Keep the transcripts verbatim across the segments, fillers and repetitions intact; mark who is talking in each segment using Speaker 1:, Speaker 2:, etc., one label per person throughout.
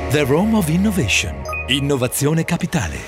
Speaker 1: The Rome of Innovation. Innovazione capitale.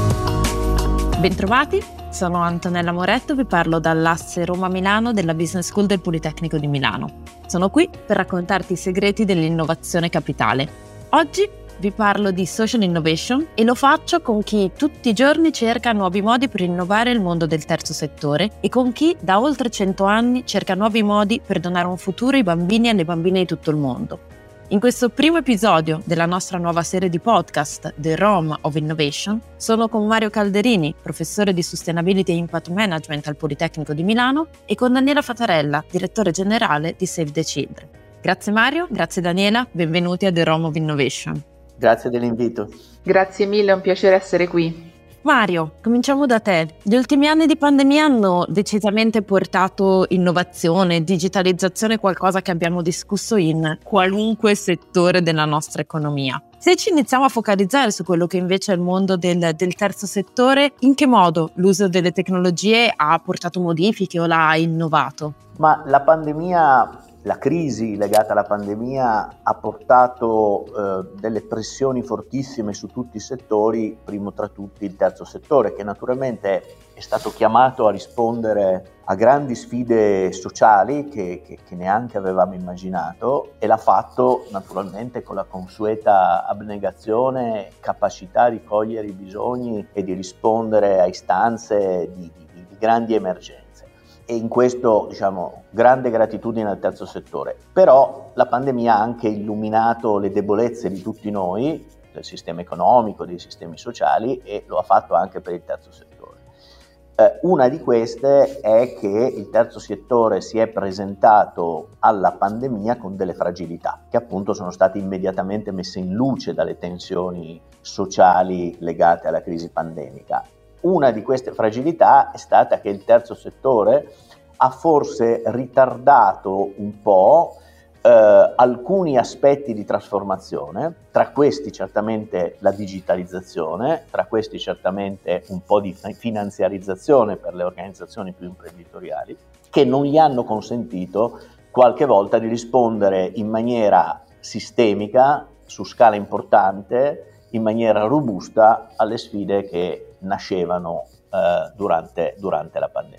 Speaker 2: Bentrovati, sono Antonella Moretto, vi parlo dall'asse Roma-Milano della Business School del Politecnico di Milano. Sono qui per raccontarti i segreti dell'innovazione capitale. Oggi vi parlo di social innovation e lo faccio con chi tutti i giorni cerca nuovi modi per innovare il mondo del terzo settore e con chi da oltre cento anni cerca nuovi modi per donare un futuro ai bambini e alle bambine di tutto il mondo. In questo primo episodio della nostra nuova serie di podcast The Rome of Innovation sono con Mario Calderini, professore di Sustainability e Impact Management al Politecnico di Milano, e con Daniela Fatarella, direttore generale di Save the Children. Grazie Mario, grazie Daniela, benvenuti a The Rome of Innovation.
Speaker 3: Grazie dell'invito.
Speaker 4: Grazie mille, è un piacere essere qui.
Speaker 2: Mario, cominciamo da te. Gli ultimi anni di pandemia hanno decisamente portato innovazione, digitalizzazione, qualcosa che abbiamo discusso in qualunque settore della nostra economia. Se ci iniziamo a focalizzare su quello che invece è il mondo del, del terzo settore, in che modo l'uso delle tecnologie ha portato modifiche o l'ha innovato?
Speaker 3: Ma la pandemia... La crisi legata alla pandemia ha portato eh, delle pressioni fortissime su tutti i settori, primo tra tutti il terzo settore, che naturalmente è stato chiamato a rispondere a grandi sfide sociali che, che, che neanche avevamo immaginato, e l'ha fatto naturalmente con la consueta abnegazione, capacità di cogliere i bisogni e di rispondere a istanze di, di, di grandi emergenze. E in questo, diciamo, grande gratitudine al terzo settore. Però la pandemia ha anche illuminato le debolezze di tutti noi, del sistema economico, dei sistemi sociali, e lo ha fatto anche per il terzo settore. Eh, una di queste è che il terzo settore si è presentato alla pandemia con delle fragilità, che appunto sono state immediatamente messe in luce dalle tensioni sociali legate alla crisi pandemica. Una di queste fragilità è stata che il terzo settore ha forse ritardato un po' eh, alcuni aspetti di trasformazione, tra questi certamente la digitalizzazione, tra questi certamente un po' di finanziarizzazione per le organizzazioni più imprenditoriali, che non gli hanno consentito qualche volta di rispondere in maniera sistemica, su scala importante, in maniera robusta alle sfide che nascevano eh, durante, durante la pandemia.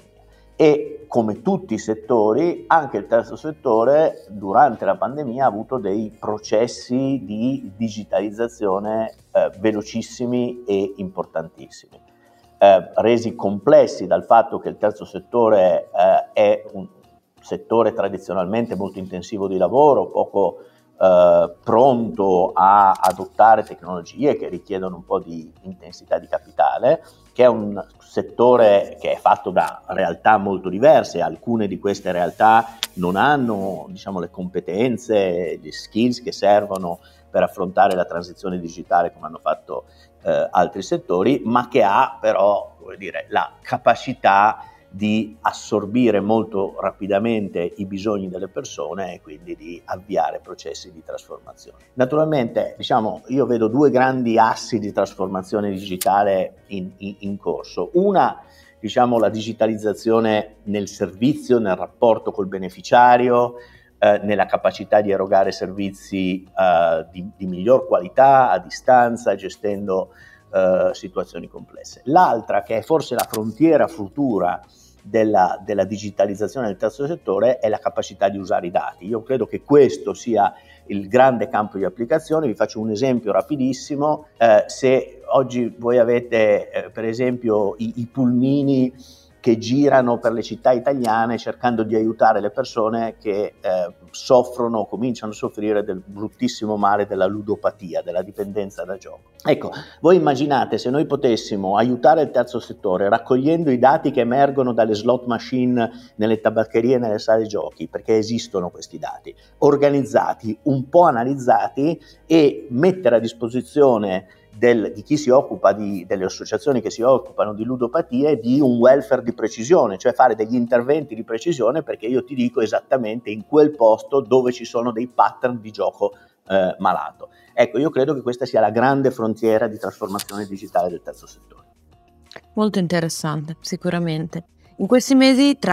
Speaker 3: E come tutti i settori, anche il terzo settore durante la pandemia ha avuto dei processi di digitalizzazione eh, velocissimi e importantissimi, eh, resi complessi dal fatto che il terzo settore eh, è un settore tradizionalmente molto intensivo di lavoro, poco Uh, pronto a adottare tecnologie che richiedono un po' di intensità di capitale, che è un settore che è fatto da realtà molto diverse. Alcune di queste realtà non hanno, diciamo, le competenze, gli skills che servono per affrontare la transizione digitale come hanno fatto uh, altri settori, ma che ha però, come dire, la capacità di assorbire molto rapidamente i bisogni delle persone e quindi di avviare processi di trasformazione. Naturalmente, diciamo, io vedo due grandi assi di trasformazione digitale in, in, in corso. Una, diciamo, la digitalizzazione nel servizio, nel rapporto col beneficiario, eh, nella capacità di erogare servizi eh, di, di miglior qualità, a distanza, gestendo eh, situazioni complesse. L'altra, che è forse la frontiera futura Della, della digitalizzazione del terzo settore, è la capacità di usare i dati. Io credo che questo sia il grande campo di applicazione. Vi faccio un esempio rapidissimo. Eh, se oggi voi avete eh, per esempio i, i pulmini che girano per le città italiane cercando di aiutare le persone che eh, soffrono o cominciano a soffrire del bruttissimo male della ludopatia, della dipendenza da gioco. Ecco, voi immaginate se noi potessimo aiutare il terzo settore raccogliendo i dati che emergono dalle slot machine nelle tabaccherie e nelle sale giochi, perché esistono questi dati, organizzati, un po' analizzati, e mettere a disposizione Del, di chi si occupa di, delle associazioni che si occupano di ludopatie, di un welfare di precisione, cioè fare degli interventi di precisione, perché io ti dico esattamente in quel posto dove ci sono dei pattern di gioco eh, malato. Ecco, io credo che questa sia la grande frontiera di trasformazione digitale del terzo settore.
Speaker 2: Molto interessante, sicuramente. In questi mesi, tra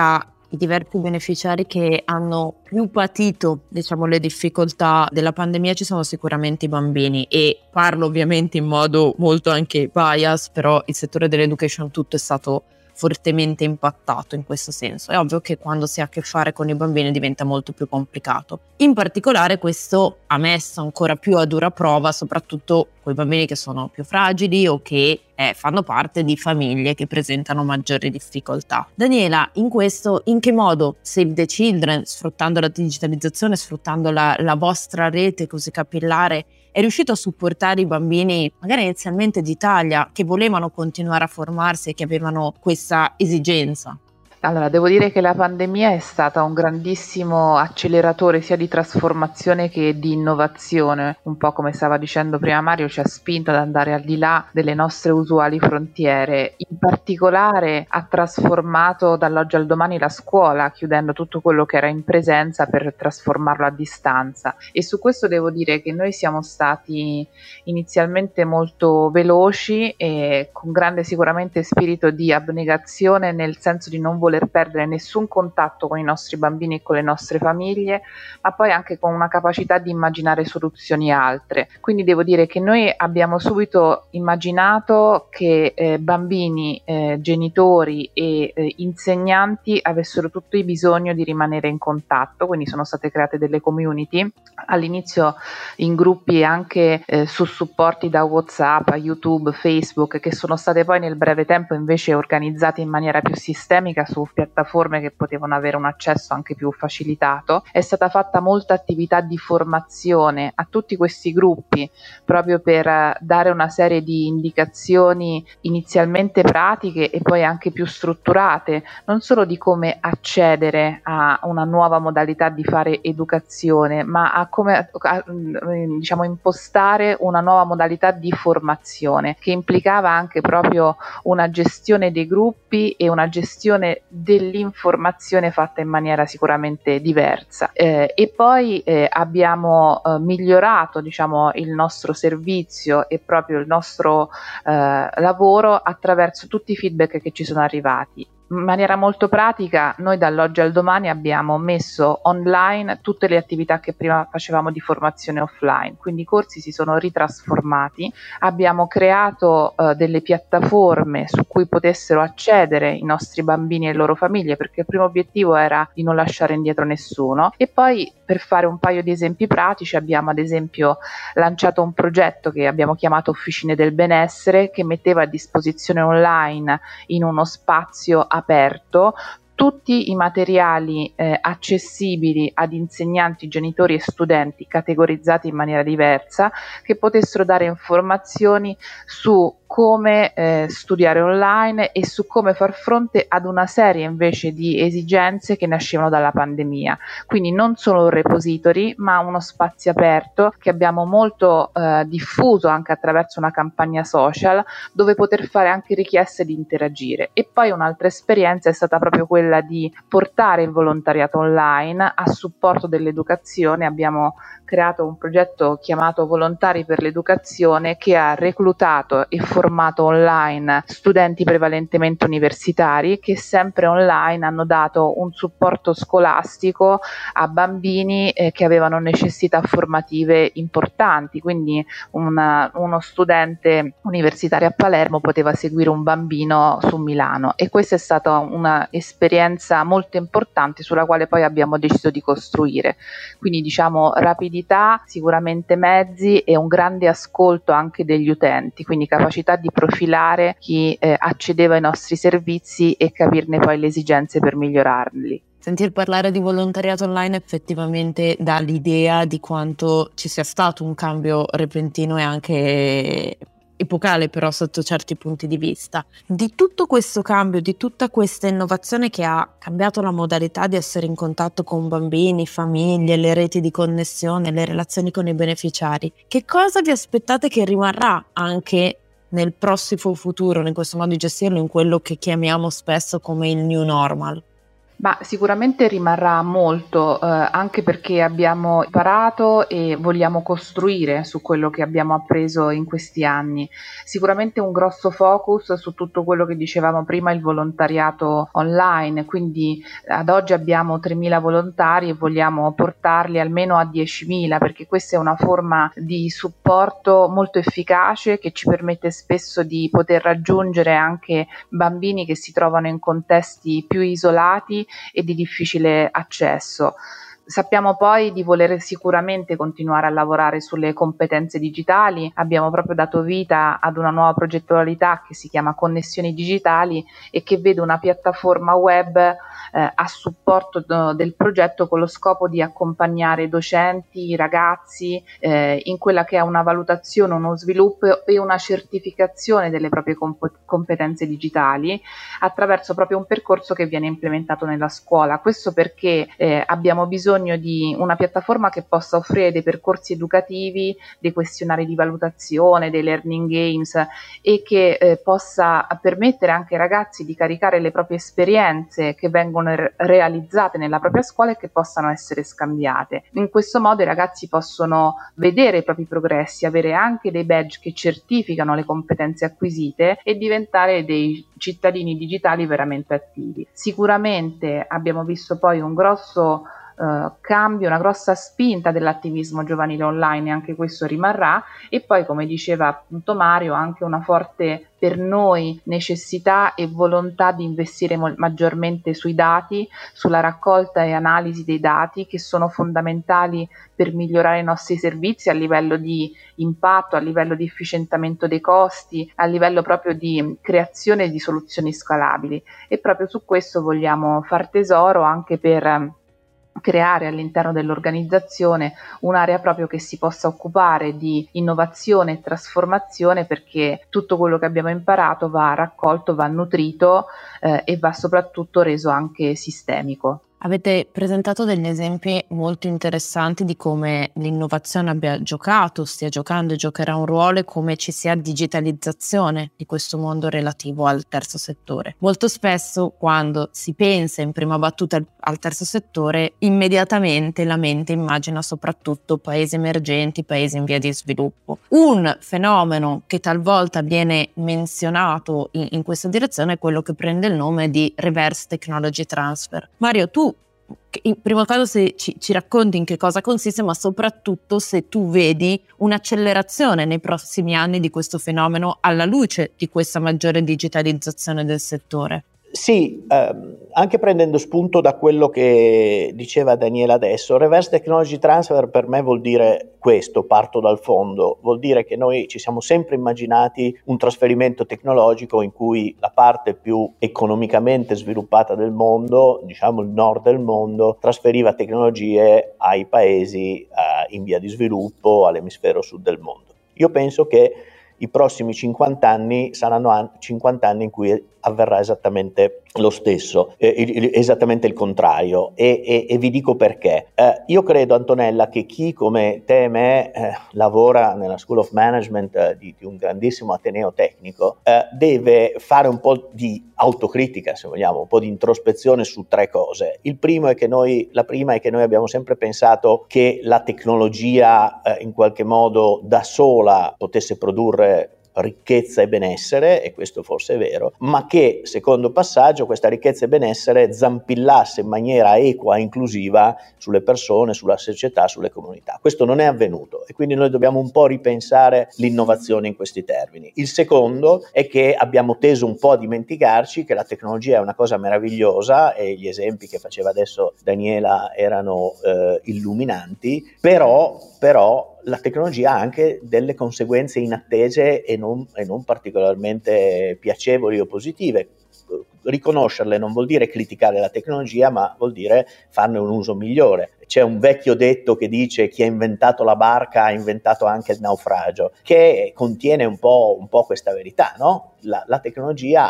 Speaker 2: i diversi beneficiari che hanno più patito, diciamo, le difficoltà della pandemia ci sono sicuramente i bambini, e parlo ovviamente in modo molto anche bias, però il settore dell'education tutto è stato fortemente impattato in questo senso. È ovvio che quando si ha a che fare con i bambini diventa molto più complicato. In particolare questo ha messo ancora più a dura prova soprattutto quei bambini che sono più fragili o che eh, fanno parte di famiglie che presentano maggiori difficoltà. Daniela, in questo in che modo Save the Children, sfruttando la digitalizzazione, sfruttando la, la vostra rete così capillare, è riuscito a supportare i bambini magari inizialmente d'Italia che volevano continuare a formarsi e che avevano questa esigenza?
Speaker 4: Allora, devo dire che la pandemia è stata un grandissimo acceleratore sia di trasformazione che di innovazione, un po' come stava dicendo prima Mario, ci ha spinto ad andare al di là delle nostre usuali frontiere. In particolare ha trasformato dall'oggi al domani la scuola, chiudendo tutto quello che era in presenza per trasformarlo a distanza, e su questo devo dire che noi siamo stati inizialmente molto veloci e con grande sicuramente spirito di abnegazione, nel senso di non voler voler perdere nessun contatto con i nostri bambini e con le nostre famiglie, ma poi anche con una capacità di immaginare soluzioni altre. Quindi devo dire che noi abbiamo subito immaginato che eh, bambini, eh, genitori e eh, insegnanti avessero tutto il bisogno di rimanere in contatto, quindi sono state create delle community, all'inizio in gruppi anche eh, su supporti da WhatsApp, YouTube, Facebook, che sono state poi nel breve tempo invece organizzate in maniera più sistemica su piattaforme che potevano avere un accesso anche più facilitato. È stata fatta molta attività di formazione a tutti questi gruppi proprio per dare una serie di indicazioni inizialmente pratiche e poi anche più strutturate, non solo di come accedere a una nuova modalità di fare educazione, ma a come a, diciamo impostare una nuova modalità di formazione che implicava anche proprio una gestione dei gruppi e una gestione dell'informazione fatta in maniera sicuramente diversa. Eh, e poi eh, abbiamo eh, migliorato diciamo il nostro servizio e proprio il nostro eh, lavoro attraverso tutti i feedback che ci sono arrivati. In maniera molto pratica, noi dall'oggi al domani abbiamo messo online tutte le attività che prima facevamo di formazione offline, quindi i corsi si sono ritrasformati, abbiamo creato uh, delle piattaforme su cui potessero accedere i nostri bambini e le loro famiglie, perché il primo obiettivo era di non lasciare indietro nessuno. E poi, per fare un paio di esempi pratici, abbiamo ad esempio lanciato un progetto che abbiamo chiamato Officine del Benessere, che metteva a disposizione online in uno spazio aperto tutti i materiali eh, accessibili ad insegnanti, genitori e studenti categorizzati in maniera diversa, che potessero dare informazioni su come eh, studiare online e su come far fronte ad una serie invece di esigenze che nascevano dalla pandemia. Quindi non solo un repository, ma uno spazio aperto che abbiamo molto eh, diffuso anche attraverso una campagna social, dove poter fare anche richieste di interagire. E poi un'altra esperienza è stata proprio quella di portare il volontariato online a supporto dell'educazione. Abbiamo creato un progetto chiamato Volontari per l'Educazione, che ha reclutato e formato online studenti prevalentemente universitari, che sempre online hanno dato un supporto scolastico a bambini eh, che avevano necessità formative importanti. Quindi una, uno studente universitario a Palermo poteva seguire un bambino su Milano, e questa è stata un'esperienza molto importante sulla quale poi abbiamo deciso di costruire. Quindi diciamo rapidità, sicuramente mezzi e un grande ascolto anche degli utenti, quindi capacità di profilare chi eh, accedeva ai nostri servizi e capirne poi le esigenze per migliorarli.
Speaker 2: Sentir parlare di volontariato online effettivamente dà l'idea di quanto ci sia stato un cambio repentino e anche epocale, però sotto certi punti di vista. Di tutto questo cambio, di tutta questa innovazione che ha cambiato la modalità di essere in contatto con bambini, famiglie, le reti di connessione, le relazioni con i beneficiari, che cosa vi aspettate che rimarrà anche nel prossimo futuro, in questo modo di gestirlo, in quello che chiamiamo spesso come il new normal?
Speaker 4: Ma sicuramente rimarrà molto, eh, anche perché abbiamo imparato e vogliamo costruire su quello che abbiamo appreso in questi anni. Sicuramente un grosso focus su tutto quello che dicevamo prima, il volontariato online, quindi ad oggi abbiamo tremila volontari e vogliamo portarli almeno a diecimila, perché questa è una forma di supporto molto efficace che ci permette spesso di poter raggiungere anche bambini che si trovano in contesti più isolati e di difficile accesso. Sappiamo poi di voler sicuramente continuare a lavorare sulle competenze digitali, abbiamo proprio dato vita ad una nuova progettualità che si chiama Connessioni Digitali e che vede una piattaforma web eh, a supporto do, del progetto con lo scopo di accompagnare docenti, ragazzi eh, in quella che è una valutazione, uno sviluppo e una certificazione delle proprie comp- competenze digitali attraverso proprio un percorso che viene implementato nella scuola. Questo perché eh, abbiamo bisogno di una piattaforma che possa offrire dei percorsi educativi, dei questionari di valutazione, dei learning games e che eh, possa permettere anche ai ragazzi di caricare le proprie esperienze che vengono re- realizzate nella propria scuola e che possano essere scambiate. In questo modo i ragazzi possono vedere i propri progressi, avere anche dei badge che certificano le competenze acquisite e diventare dei cittadini digitali veramente attivi. Sicuramente abbiamo visto poi un grosso Uh, cambio, una grossa spinta dell'attivismo giovanile online e anche questo rimarrà, e poi come diceva appunto Mario anche una forte per noi necessità e volontà di investire mo- maggiormente sui dati, sulla raccolta e analisi dei dati che sono fondamentali per migliorare i nostri servizi a livello di impatto, a livello di efficientamento dei costi, a livello proprio di creazione di soluzioni scalabili, e proprio su questo vogliamo far tesoro anche per creare all'interno dell'organizzazione un'area proprio che si possa occupare di innovazione e trasformazione, perché tutto quello che abbiamo imparato va raccolto, va nutrito eh, e va soprattutto reso anche sistemico.
Speaker 2: Avete presentato degli esempi molto interessanti di come l'innovazione abbia giocato, stia giocando e giocherà un ruolo, e come ci sia digitalizzazione di questo mondo relativo al terzo settore. Molto spesso quando si pensa in prima battuta al terzo settore, immediatamente la mente immagina soprattutto paesi emergenti, paesi in via di sviluppo. Un fenomeno che talvolta viene menzionato in, in questa direzione è quello che prende il nome di reverse technology transfer. Mario, tu in primo caso se ci, ci racconti in che cosa consiste, ma soprattutto se tu vedi un'accelerazione nei prossimi anni di questo fenomeno alla luce di questa maggiore digitalizzazione del settore.
Speaker 3: Sì, ehm, anche prendendo spunto da quello che diceva Daniela adesso, reverse technology transfer per me vuol dire questo, parto dal fondo, vuol dire che noi ci siamo sempre immaginati un trasferimento tecnologico in cui la parte più economicamente sviluppata del mondo, diciamo il nord del mondo, trasferiva tecnologie ai paesi eh, in via di sviluppo, all'emisfero sud del mondo. Io penso che i prossimi cinquanta anni saranno an- cinquanta anni in cui avverrà esattamente lo stesso, eh, il, esattamente il contrario, e, e, e vi dico perché. Eh, io credo, Antonella, che chi come te e me eh, lavora nella School of Management eh, di, di un grandissimo ateneo tecnico eh, deve fare un po' di autocritica, se vogliamo, un po' di introspezione su tre cose. Il primo è che noi, la prima è che noi abbiamo sempre pensato che la tecnologia eh, in qualche modo da sola potesse produrre ricchezza e benessere, e questo forse è vero, ma che secondo passaggio questa ricchezza e benessere zampillasse in maniera equa e inclusiva sulle persone, sulla società, sulle comunità. Questo non è avvenuto e quindi noi dobbiamo un po' ripensare l'innovazione in questi termini. Il secondo è che abbiamo teso un po' a dimenticarci che la tecnologia è una cosa meravigliosa e gli esempi che faceva adesso Daniela erano eh, illuminanti, però, però la tecnologia ha anche delle conseguenze inattese e non, e non particolarmente piacevoli o positive. Riconoscerle non vuol dire criticare la tecnologia, ma vuol dire farne un uso migliore. C'è un vecchio detto che dice: chi ha inventato la barca ha inventato anche il naufragio, che contiene un po', un po' questa verità, no? La, la tecnologia ha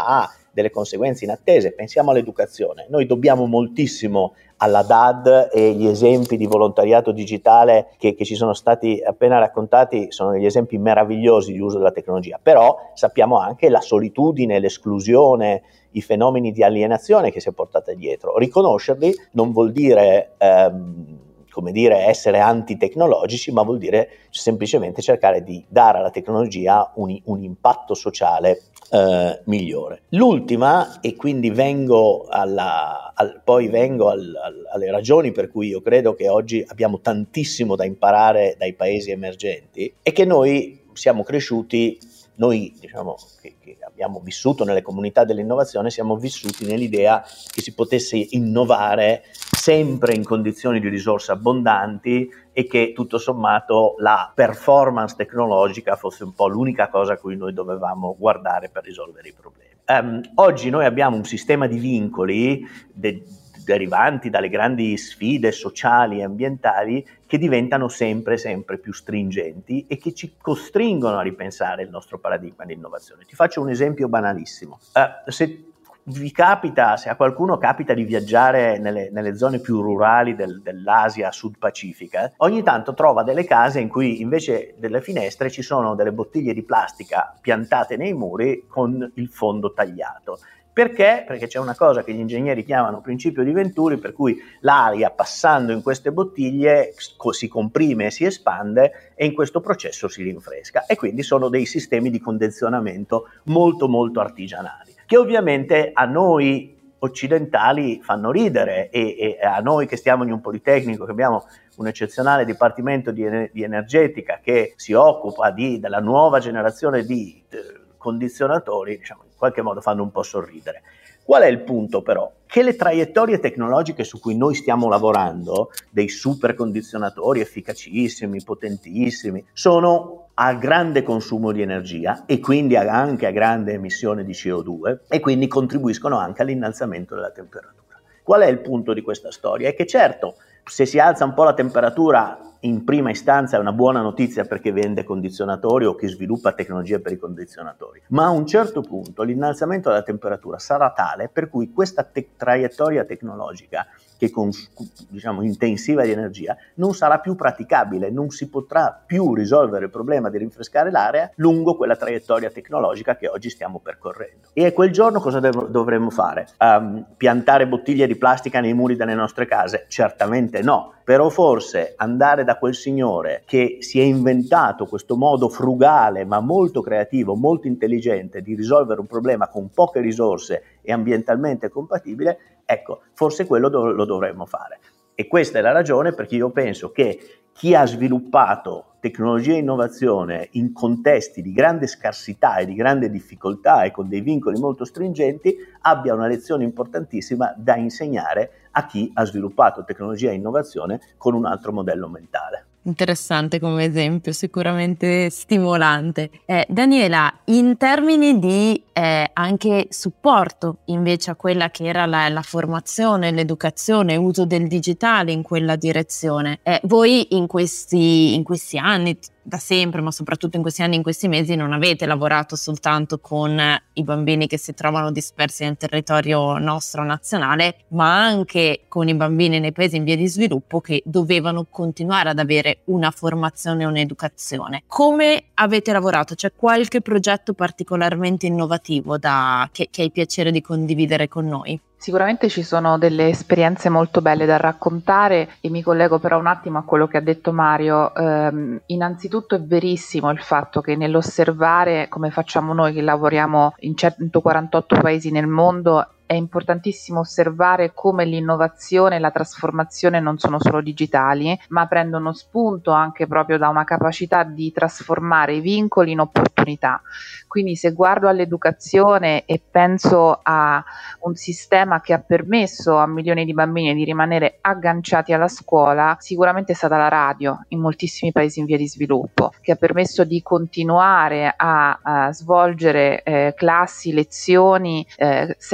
Speaker 3: delle conseguenze inattese. Pensiamo all'educazione. Noi dobbiamo moltissimo alla D A D, e gli esempi di volontariato digitale che, che ci sono stati appena raccontati sono degli esempi meravigliosi di uso della tecnologia, però sappiamo anche la solitudine, l'esclusione, i fenomeni di alienazione che si è portata dietro. Riconoscerli non vuol dire ehm, come dire essere antitecnologici, ma vuol dire semplicemente cercare di dare alla tecnologia un, un impatto sociale eh, migliore. L'ultima, e quindi vengo alla, al, poi vengo al, al, alle ragioni per cui io credo che oggi abbiamo tantissimo da imparare dai paesi emergenti, è che noi siamo cresciuti, noi diciamo che, che abbiamo vissuto nelle comunità dell'innovazione, siamo vissuti nell'idea che si potesse innovare sempre in condizioni di risorse abbondanti e che tutto sommato la performance tecnologica fosse un po' l'unica cosa a cui noi dovevamo guardare per risolvere i problemi. Um, oggi noi abbiamo un sistema di vincoli de- derivanti dalle grandi sfide sociali e ambientali che diventano sempre sempre più stringenti e che ci costringono a ripensare il nostro paradigma di innovazione. Ti faccio un esempio banalissimo. Uh, se vi capita, se a qualcuno capita di viaggiare nelle, nelle zone più rurali del, dell'Asia sud-pacifica, ogni tanto trova delle case in cui invece delle finestre ci sono delle bottiglie di plastica piantate nei muri con il fondo tagliato. Perché? Perché c'è una cosa che gli ingegneri chiamano principio di Venturi, per cui l'aria passando in queste bottiglie si comprime e si espande e in questo processo si rinfresca, e quindi sono dei sistemi di condizionamento molto molto artigianali, che ovviamente a noi occidentali fanno ridere, e, e a noi che stiamo in un Politecnico, che abbiamo un eccezionale dipartimento di, di energetica che si occupa di, della nuova generazione di eh, condizionatori, diciamo, in qualche modo fanno un po' sorridere. Qual è il punto però? Che le traiettorie tecnologiche su cui noi stiamo lavorando, dei supercondizionatori efficacissimi, potentissimi, sono a grande consumo di energia e quindi anche a grande emissione di C O due, e quindi contribuiscono anche all'innalzamento della temperatura. Qual è il punto di questa storia? È che certo, se si alza un po' la temperatura, in prima istanza è una buona notizia per chi vende condizionatori o chi sviluppa tecnologie per i condizionatori, ma a un certo punto l'innalzamento della temperatura sarà tale per cui questa te- traiettoria tecnologica, che cons- diciamo intensiva di energia, non sarà più praticabile, non si potrà più risolvere il problema di rinfrescare l'area lungo quella traiettoria tecnologica che oggi stiamo percorrendo. E a quel giorno cosa dev- dovremmo fare? Um, piantare bottiglie di plastica nei muri delle nostre case? Certamente no, però forse andare da quel signore che si è inventato questo modo frugale ma molto creativo, molto intelligente di risolvere un problema con poche risorse e ambientalmente compatibile, ecco, forse quello do- lo dovremmo fare. E questa è la ragione perché io penso che chi ha sviluppato tecnologia e innovazione in contesti di grande scarsità e di grande difficoltà e con dei vincoli molto stringenti abbia una lezione importantissima da insegnare a chi ha sviluppato tecnologia e innovazione con un altro modello mentale.
Speaker 2: Interessante come esempio, sicuramente stimolante. Eh, Daniela, in termini di eh, anche supporto invece a quella che era la, la formazione, l'educazione, uso del digitale in quella direzione, eh, voi in questi, in questi anni, da sempre, ma soprattutto in questi anni, in questi mesi, non avete lavorato soltanto con i bambini che si trovano dispersi nel territorio nostro nazionale, ma anche con i bambini nei paesi in via di sviluppo che dovevano continuare ad avere una formazione e un'educazione. Come avete lavorato? C'è qualche progetto particolarmente innovativo da, che, che hai piacere di condividere con noi?
Speaker 4: Sicuramente ci sono delle esperienze molto belle da raccontare e mi collego però un attimo a quello che ha detto Mario. Eh, innanzitutto è verissimo il fatto che nell'osservare, come facciamo noi che lavoriamo in centoquarantotto paesi nel mondo, è importantissimo osservare come l'innovazione e la trasformazione non sono solo digitali, ma prendono spunto anche proprio da una capacità di trasformare i vincoli in opportunità. Quindi se guardo all'educazione e penso a un sistema che ha permesso a milioni di bambini di rimanere agganciati alla scuola, sicuramente è stata la radio in moltissimi paesi in via di sviluppo, che ha permesso di continuare a, a svolgere eh, classi, lezioni eh, senza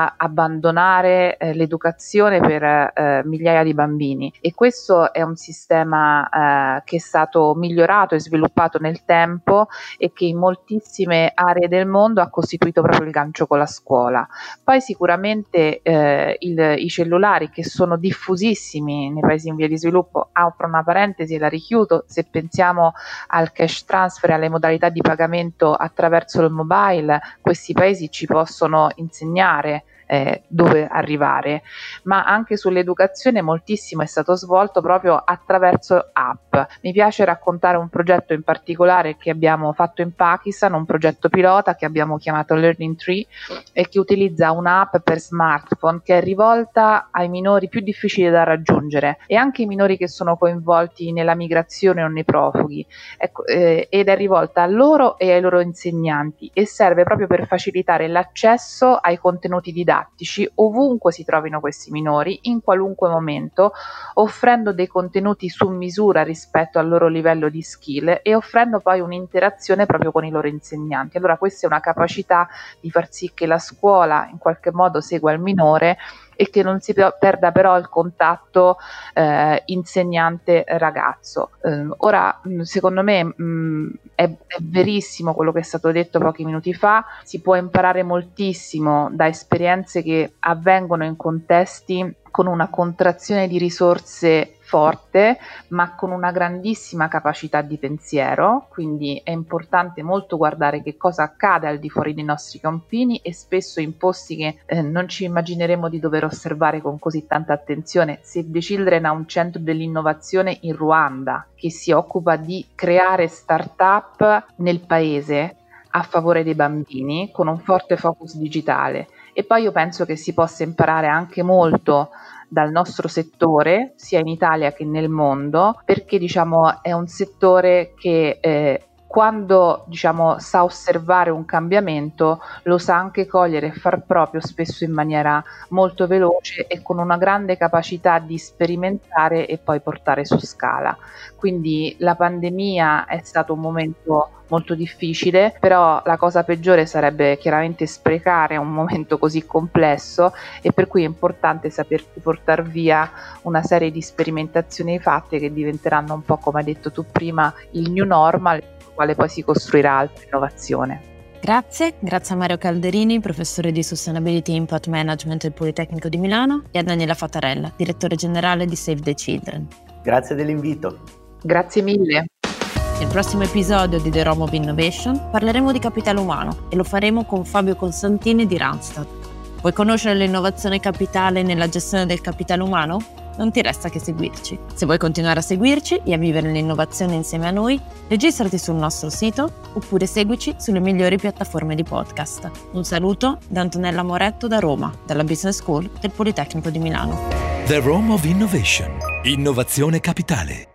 Speaker 4: a abbandonare eh, l'educazione per eh, migliaia di bambini, e questo è un sistema eh, che è stato migliorato e sviluppato nel tempo e che in moltissime aree del mondo ha costituito proprio il gancio con la scuola. Poi sicuramente eh, il, i cellulari, che sono diffusissimi nei paesi in via di sviluppo, apro una parentesi e la richiudo, se pensiamo al cash transfer e alle modalità di pagamento attraverso il mobile, questi paesi ci possono insegnare Eh, dove arrivare, ma anche sull'educazione moltissimo è stato svolto proprio attraverso app. Mi piace raccontare un progetto in particolare che abbiamo fatto in Pakistan, un progetto pilota che abbiamo chiamato Learning Tree e che utilizza un'app per smartphone che è rivolta ai minori più difficili da raggiungere e anche i minori che sono coinvolti nella migrazione o nei profughi, ecco, eh, ed è rivolta a loro e ai loro insegnanti e serve proprio per facilitare l'accesso ai contenuti didattici ovunque si trovino questi minori, in qualunque momento, offrendo dei contenuti su misura rispetto al loro livello di skill e offrendo poi un'interazione proprio con i loro insegnanti. Allora questa è una capacità di far sì che la scuola in qualche modo segua il minore e che non si perda però il contatto eh, insegnante-ragazzo. Eh, ora, secondo me mh, è, è verissimo quello che è stato detto pochi minuti fa, si può imparare moltissimo da esperienze che avvengono in contesti con una contrazione di risorse forte, ma con una grandissima capacità di pensiero, quindi è importante molto guardare che cosa accade al di fuori dei nostri confini e spesso in posti che eh, non ci immagineremo di dover osservare con così tanta attenzione. Save the Children ha un centro dell'innovazione in Ruanda che si occupa di creare start-up nel paese a favore dei bambini con un forte focus digitale. E poi io penso che si possa imparare anche molto dal nostro settore, sia in Italia che nel mondo, perché diciamo è un settore che eh, quando diciamo sa osservare un cambiamento lo sa anche cogliere e far proprio, spesso in maniera molto veloce e con una grande capacità di sperimentare e poi portare su scala. Quindi la pandemia è stato un momento molto difficile, però la cosa peggiore sarebbe chiaramente sprecare un momento così complesso, e per cui è importante sapersi portare via una serie di sperimentazioni fatte che diventeranno un po', come hai detto tu prima, il new normal, sul quale poi si costruirà altra innovazione.
Speaker 2: Grazie, grazie a Mario Calderini, professore di Sustainability e Impact Management del Politecnico di Milano, e a Daniela Fattarella, direttore generale di Save the Children.
Speaker 3: Grazie dell'invito.
Speaker 4: Grazie mille.
Speaker 2: Nel prossimo episodio di The Rome of Innovation parleremo di capitale umano e lo faremo con Fabio Costantini di Randstad. Vuoi conoscere l'innovazione capitale nella gestione del capitale umano? Non ti resta che seguirci. Se vuoi continuare a seguirci e a vivere l'innovazione insieme a noi, registrati sul nostro sito oppure seguici sulle migliori piattaforme di podcast. Un saluto da Antonella Moretto da Roma, dalla Business School del Politecnico di Milano.
Speaker 1: The Rome of Innovation. Innovazione capitale.